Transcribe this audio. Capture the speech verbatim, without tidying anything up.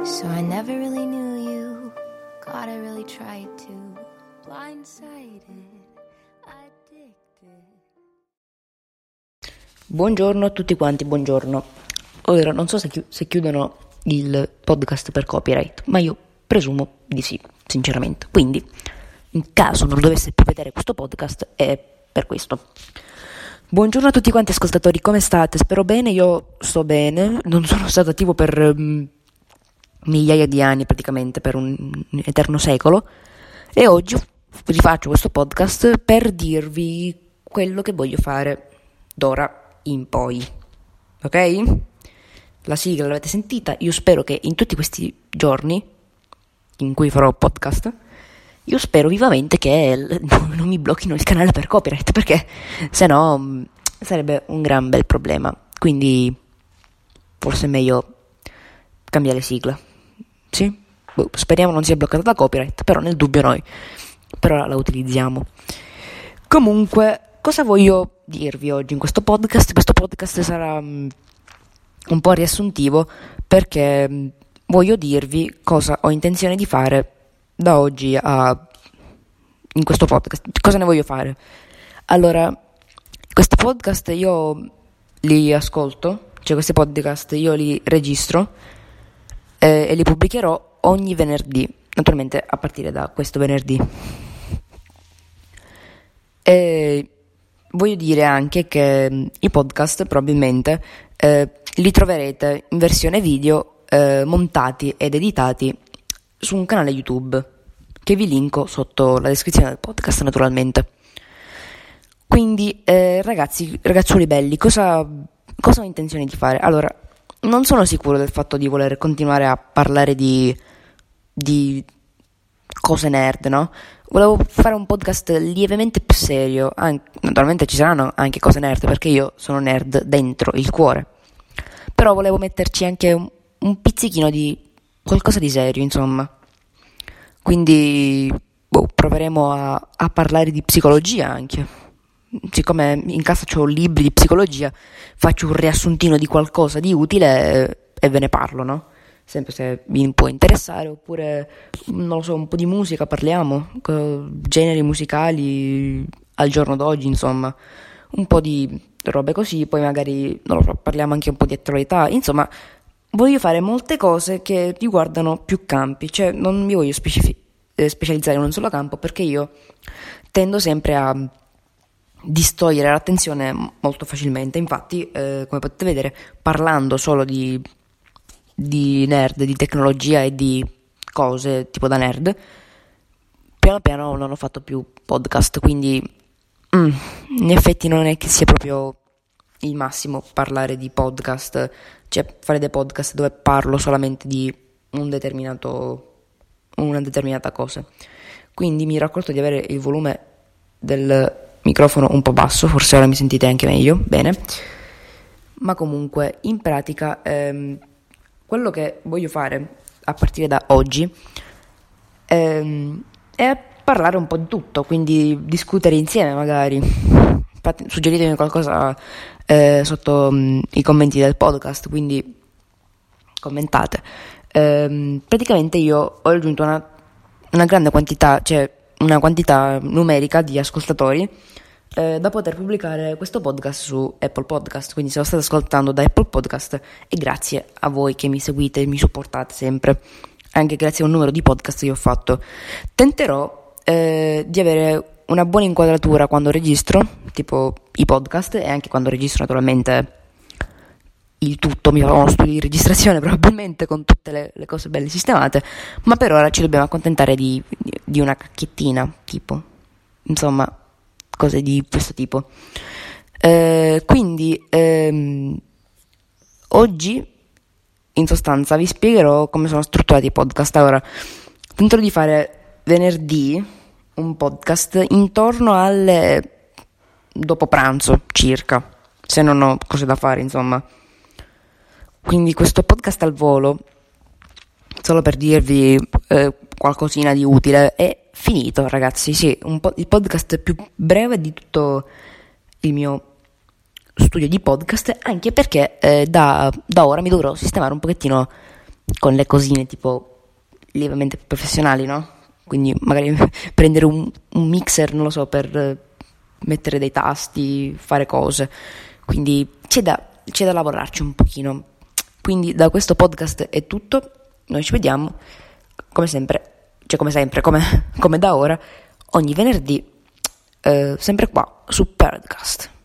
So I never really knew you. God, I really tried to. Blindsided, addicted. Buongiorno a tutti quanti, buongiorno. Ora non so se, chi- se chiudono il podcast per copyright, ma io presumo di sì, sinceramente. Quindi, in caso non dovesse più vedere questo podcast, è per questo. Buongiorno a tutti quanti ascoltatori, come state? Spero bene, io sto bene, non sono stato attivo per um, migliaia di anni praticamente, per un, un eterno secolo, e oggi rifaccio questo podcast per dirvi quello che voglio fare d'ora in poi, ok? La sigla l'avete sentita, io spero che in tutti questi giorni in cui farò podcast, io spero vivamente che non, non mi blocchino il canale per copyright, perché se no sarebbe un gran bel problema, quindi forse è meglio cambiare sigla, sì? Boh, speriamo non sia bloccata da copyright, però nel dubbio noi per ora la utilizziamo. Comunque, cosa voglio dirvi oggi in questo podcast? Questo podcast sarà um, un po' riassuntivo, perché um, voglio dirvi cosa ho intenzione di fare da oggi a in questo podcast. Cosa ne voglio fare? Allora, questi podcast io li ascolto, cioè questi podcast io li registro eh, e li pubblicherò ogni venerdì, naturalmente a partire da questo venerdì. E voglio dire anche che mh, i podcast probabilmente eh, li troverete in versione video eh, montati ed editati su un canale YouTube che vi linko sotto la descrizione del podcast, naturalmente. Quindi eh, ragazzi, ragazzuoli belli, cosa, cosa ho intenzione di fare? Allora, non sono sicuro del fatto di voler continuare a parlare di, di cose nerd, no? Volevo fare un podcast lievemente più serio, anche, naturalmente ci saranno anche cose nerd, perché io sono nerd dentro il cuore, però volevo metterci anche un, un pizzichino di qualcosa di serio, insomma. Quindi boh, proveremo a, a parlare di psicologia anche. Siccome in casa c'ho libri di psicologia, faccio un riassuntino di qualcosa di utile e, e ve ne parlo, no? Sempre se vi può interessare, oppure, non lo so, un po' di musica parliamo, generi musicali al giorno d'oggi, insomma, un po' di robe così, poi magari, non lo so, parliamo anche un po' di attualità, insomma, voglio fare molte cose che riguardano più campi, cioè non mi voglio specifi- eh, specializzare in un solo campo, perché io tendo sempre a distogliere l'attenzione molto facilmente. Infatti, eh, come potete vedere, parlando solo di di nerd, di tecnologia e di cose tipo da nerd, piano piano non ho fatto più podcast, quindi mm, in effetti non è che sia proprio il massimo parlare di podcast, cioè fare dei podcast dove parlo solamente di un determinato una determinata cosa. Quindi mi ero accorto di avere il volume del microfono un po' basso, forse ora mi sentite anche meglio, bene. Ma comunque, in pratica, ehm, quello che voglio fare a partire da oggi ehm, è parlare un po' di tutto, quindi discutere insieme magari. Infatti, suggeritemi qualcosa eh, sotto mh, i commenti del podcast, quindi commentate. Ehm, praticamente io ho raggiunto una, una grande quantità, cioè una quantità numerica di ascoltatori eh, da poter pubblicare questo podcast su Apple Podcast, quindi se lo state ascoltando da Apple Podcast è grazie a voi che mi seguite e mi supportate sempre, anche grazie a un numero di podcast che ho fatto. Tenterò eh, di avere una buona inquadratura quando registro, tipo i podcast, e anche quando registro naturalmente il tutto, mi farò uno studio di registrazione probabilmente con tutte le, le cose belle sistemate, ma per ora ci dobbiamo accontentare di, di, di una cacchiettina, tipo, insomma, cose di questo tipo. Eh, quindi ehm, oggi in sostanza vi spiegherò come sono strutturati i podcast. Ora tenterò di fare venerdì un podcast intorno alle dopo pranzo circa, se non ho cose da fare, insomma. Quindi questo podcast al volo, solo per dirvi eh, qualcosina di utile, è finito, ragazzi. Sì, un po- il podcast più breve di tutto il mio studio di podcast, anche perché eh, da, da ora mi dovrò sistemare un pochettino con le cosine tipo lievemente professionali, no? Quindi magari prendere un, un mixer, non lo so, per mettere dei tasti, fare cose. Quindi c'è da, c'è da lavorarci un pochino. Quindi da questo podcast è tutto. Noi ci vediamo come sempre, cioè come sempre, come, come da ora, ogni venerdì, eh, sempre qua su Podcast.